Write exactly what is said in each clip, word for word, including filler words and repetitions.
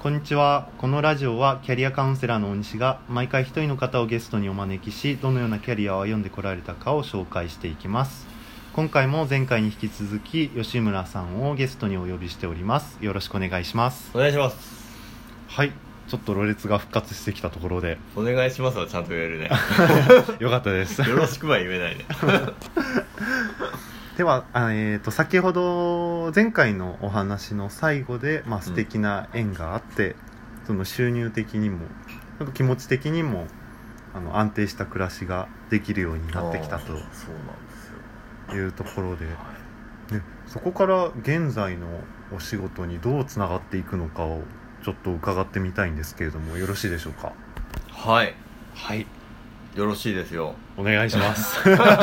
こんにちは。このラジオはキャリアカウンセラーの大西が毎回一人の方をゲストにお招きし、どのようなキャリアを歩んでこられたかを紹介していきます。今回も前回に引き続き吉村さんをゲストにお呼びしております。よろしくお願いします。 お願いします。 はい、ちょっとろれつが復活してきたところでお願いしますはちゃんと言えるねよかったです。 よろしくは言えないねでは、えー、と先ほど前回のお話の最後で、まあ、素敵な縁があって、うん、その収入的にも気持ち的にもあの安定した暮らしができるようになってきたというところで、でそこから現在のお仕事にどうつながっていくのかをちょっと伺ってみたいんですけれども、よろしいでしょうか。 はいはい、 よろしいですよ。 お願いします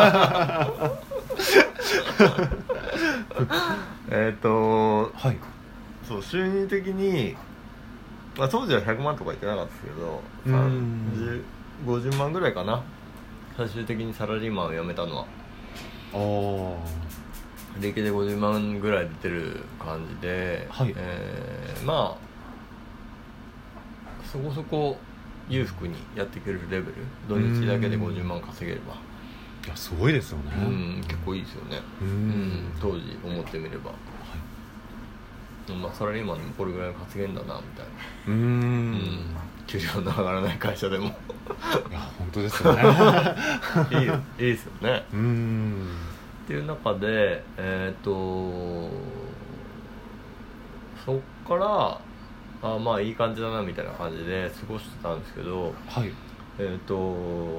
えっと、 はい、 そう収入的に、まあ、当時はひゃくまんとかいってなかったですけど、さんじゅう、ごじゅうまんぐらいかな。最終的にサラリーマンを辞めたのは。 あ累計でごじゅうまんぐらい出てる感じで、 はい、 えー、まあそこそこ裕福にやっていけるレベル、土日だけでごじゅうまん稼げれば、 いやすごいですよね。 うん、結構いいですよね。うん、当時思ってみれば、はい、まあ、サラリーマンでもこれぐらい稼げんだなみたいな。 うーん、うん、 給料の上がらない会社でもいや本当ですよねいい、いいですよね。 うーんっていう中でえっ、ー、とそっからあまあいい感じだなみたいな感じで過ごしてたんですけど、 はい、 えっ、ー、と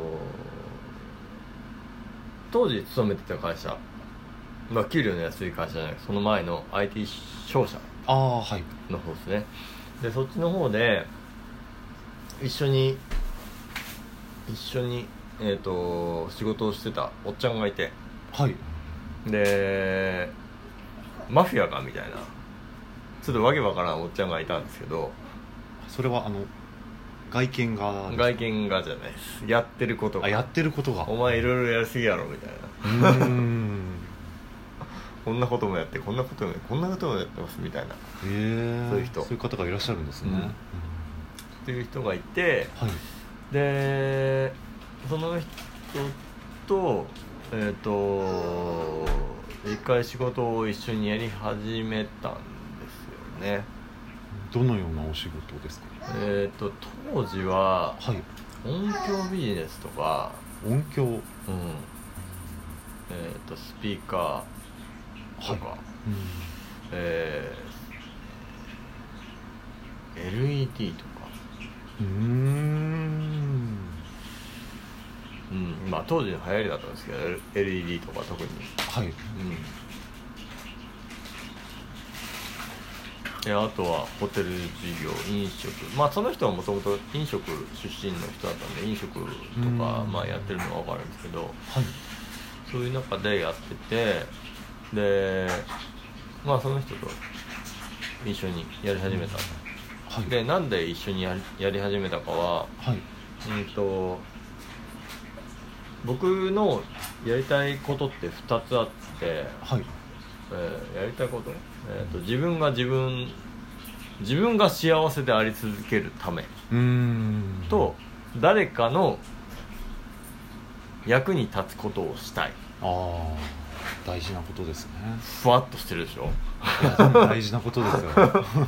当時勤めてた会社、まあ給料の安い会社じゃない、その前の アイティー 商社の方ですね。でそっちの方で一緒に一緒にえっ、ー、と仕事をしてたおっちゃんがいて、 はい、 でマフィアかみたいなちょっとわけわからんおっちゃんがいたんですけど、 それはあの外見が外見がじゃないです、やってることが、 あやってることがお前いろいろやりすぎやろみたいな、うーんこんなこともやってこんなこともこんなこともやってますみたいな、 へそういう人、 そういう方がいらっしゃるんですね、うんうん、 っていう人がいて、 はい、 でその人とえっ、ー、と一回仕事を一緒にやり始めたんですよね。 どのようなお仕事ですか。 えっ、ー、と当時は、 はい、 音響ビジネスとか、 音響、うん、 えっ、ー、とスピーカーとか、はい、うん、えー、エルイーディー とか、 うーん、 うん、まあ当時の流行りだったんですけど エルイーディー とか特に、 はい、うん、 であとはホテル事業、飲食、まあその人はもともと飲食出身の人だったんで飲食とかまあやってるのは分かるんですけど、はい、そういう中でやってて、でまあその人と一緒にやり始めた、はい、でなんで一緒にやり、やり始めたかは、はい、うんと僕のやりたいことってふたつあって、はい、えー、やりたいこと、えーと、自分が自分自分が幸せであり続けるためと、誰かの役に立つことをしたい。 ああ、大事なことですね。 ふわっとしてるでしょ。 いやでも大事なことですよふ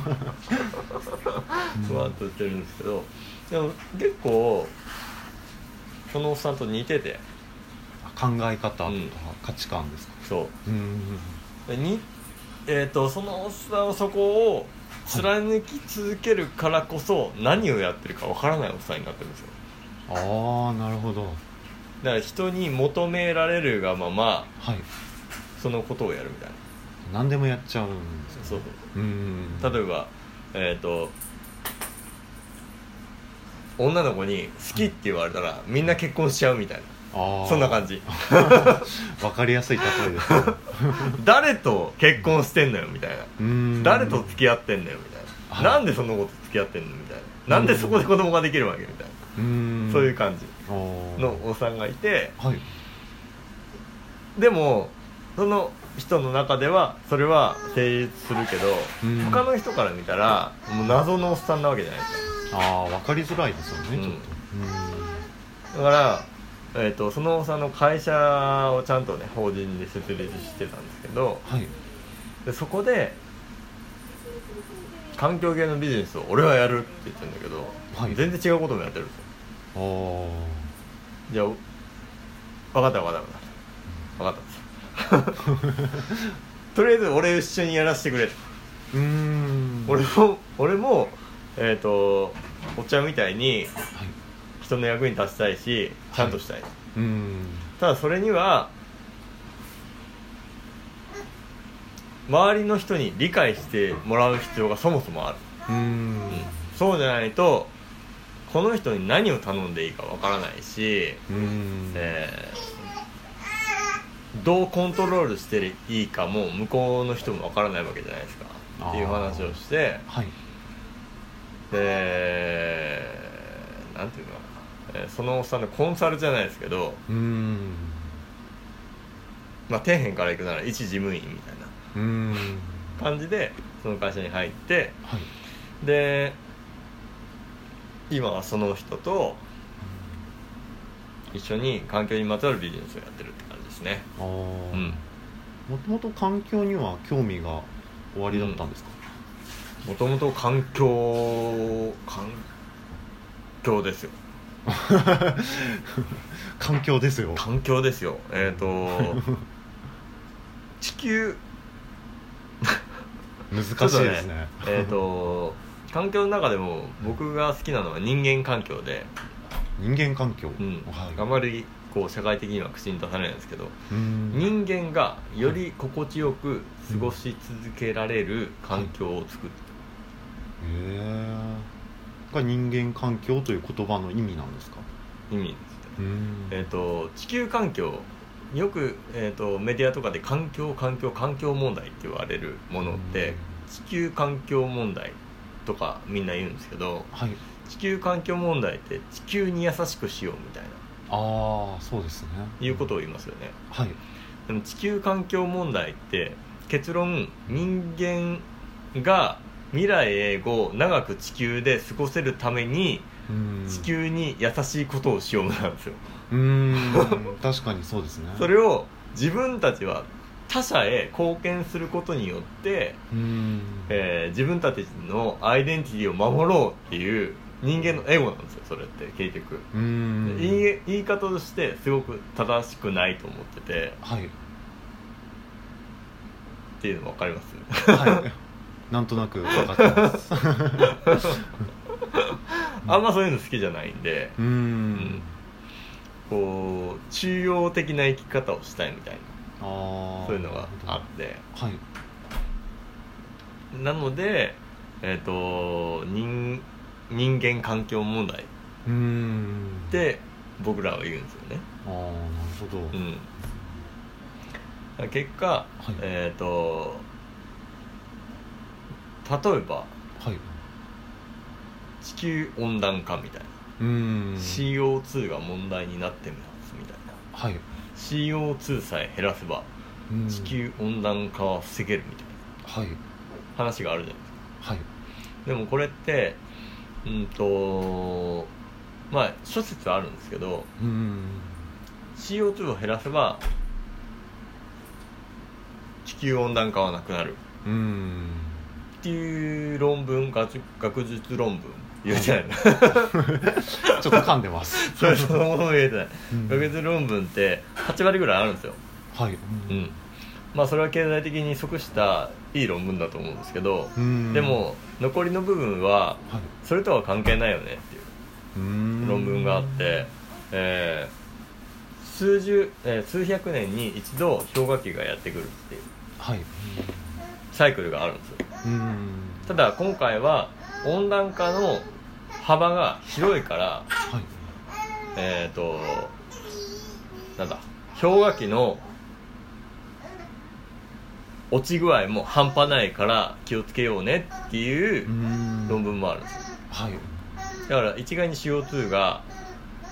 わっとしてるんですけど、でも結構そのおっさんと似てて、 考え方とか、うん、価値観ですか。 そう、うん、にえーとそのおっさんはそこを貫き続けるからこそ、何をやってるかわからないおっさんになってるんですよ。 ああ、なるほど。 だから人に求められるがまま、はい、そのことをやるみたいな。 何でもやっちゃうんですよね。 そうそう、うん、例えばえっ、ー、と女の子に好きって言われたら、はい、みんな結婚しちゃうみたいな、あそんな感じわかりやすい例えです、ね、 誰と結婚してんのよみたいな、うーん、誰と付き合ってんのよみたいな、はい、なんでその子と付き合ってんのみたいな、なんでそこで子供ができるわけみたいな、うーん、そういう感じのおっさんがいて、はい、でもその人の中ではそれは成立するけど、うん、他の人から見たらもう謎のおっさんなわけじゃないですか。 ああ、分かりづらいですよね、うん、ちょっと、うん、だから、えーと、そのおっさんの会社をちゃんとね法人で設立してたんですけど、はい、でそこで環境系のビジネスを俺はやるって言ってるんだけど、はい、全然違うこともやってるんですよ。あじゃあ分かった分かった分かった分かったんですよとりあえず俺一緒にやらせてくれと。うーん俺も俺もえっ、ー、とおっちゃんみたいに人の役に立ちたいし、ちゃんとしたい、はい、うーんただそれには周りの人に理解してもらう必要がそもそもある。うーん、うん、そうじゃないとこの人に何を頼んでいいかわからないし、うーん、えー、どうコントロールしていいかも向こうの人もわからないわけじゃないですかっていう話をして、はい、でなんていうのかな、えー、そのおっさんのコンサルじゃないですけど、うーん、まあ底辺から行くなら一事務員みたいなうーん感じでその会社に入って、はい、で今はその人と一緒に環境にまつわるビジネスをやってるって感じですね。あ、うん、 もともと環境には興味がおありだったんですか？ もともと環境環境ですよ環境ですよ環境ですよえっ、ー、と地球難しいですね。 ねえっ、ー、と環境の中でも僕が好きなのは人間環境で、 人間環境、 うん、はい、あまりこう社会的には口に出されないんですけど、人間がより心地よく過ごし続けられる環境を作る、 はい、へえが人間環境という言葉の意味なんですか？ 意味ですね。えっ、ー、と地球環境よく、えー、とメディアとかで環境環境環境問題って言われるものって地球環境問題とかみんな言うんですけど、はい、地球環境問題って地球に優しくしようみたいな、 ああそうですね、 いうことを言いますよね、 はい、 でも地球環境問題って結論人間が未来永劫長く地球で過ごせるために地球に優しいことをしようなんですよ。 うーん確かにそうですね。 それを自分たちは他者へ貢献することによって、うーん、えー、自分たちのアイデンティティを守ろうっていう人間のエゴなんですよそれって結局。うーん言い、言い方としてすごく正しくないと思ってて、はい、っていうの分かります？ はいなんとなく分かってますあんまそういうの好きじゃないんで、うーん、うん、こう中庸的な生き方をしたいみたいな、あそういうのがあって、はい、なので、えーと、人, 人間環境問題って僕らは言うんですよね。 ああなるほど、 うん、結果、はい、えーと例えば、はい、地球温暖化みたいな、うーん シーオーツー が問題になってますみたいな、はい、シーオーツー さえ減らせば地球温暖化は防げるみたいな、はい、話があるじゃないですか、はい、でもこれってうんとまあ諸説あるんですけど、うん シーオーツー を減らせば地球温暖化はなくなる、うんっていう論文、学術論文言えてないなちょっと噛んでますそれそのものも言えてない、うん、学術論文ってはち割ぐらいあるんですよ。はい、うん、まあそれは経済的に即したいい論文だと思うんですけど、でも残りの部分はそれとは関係ないよねっていう論文があって、えー、数十、えー、数百年に一度氷河期がやってくるっていう、はい、サイクルがあるんですよ。うんただ今回は温暖化の幅が広いから、はい、えっとなんだ氷河期の落ち具合も半端ないから気をつけようねっていう論文もあるんですよ、はい、だから一概に シーオーツー が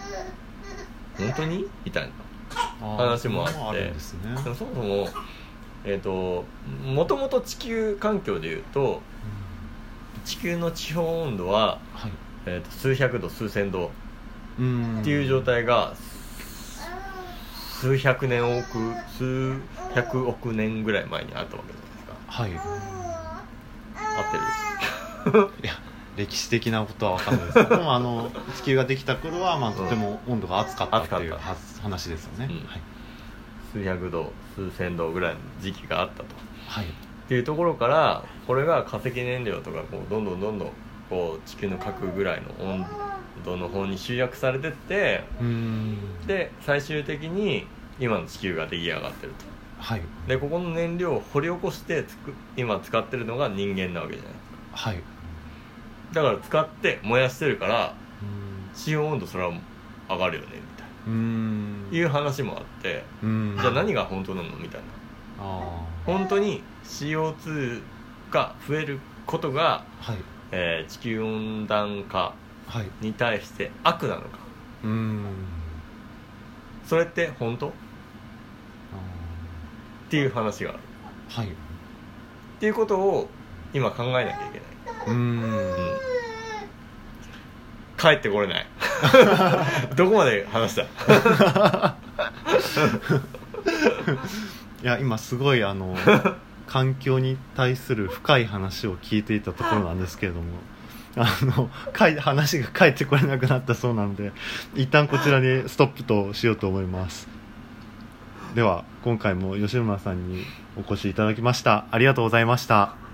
本当にみたいな話もあって、あるんですね、でもそもそもえーともともと地球環境でいうと地球の地表温度は、はい、えーと数百度数千度っていう状態が数百年億数百億年ぐらい前にあったわけじゃないですか。はい合ってるいや歴史的なことは分かんないですけどでもあの地球ができた頃は、まあ、とても温度が暑かったっていう話ですよね、うんはい、 数百度数千度ぐらいの時期があったと、 はい、 っていうところからこれが化石燃料とかこうどんどんどんどんこう地球の核ぐらいの温度の方に集約されてってうーんで最終的に今の地球が出来上がってると、はい、でここの燃料を掘り起こしてつく今使ってるのが人間なわけじゃないですか、はい、だから使って燃やしてるから地表温度それは上がるよねみたいなうーんいう話もあってうーんじゃあ何が本当なのみたいなあ本当に シーオーツー が増えることが、はいえー、地球温暖化に対して悪なのか、うーんそれって本当っていう話がある、はい、っていうことを今考えなきゃいけない。うーん、うん、帰ってこれないどこまで話したいや今すごいあの環境に対する深い話を聞いていたところなんですけれどもあの話が返ってこれなくなったそうなので一旦こちらにストップとしようと思います。では今回も吉村さんにお越しいただきました。ありがとうございました。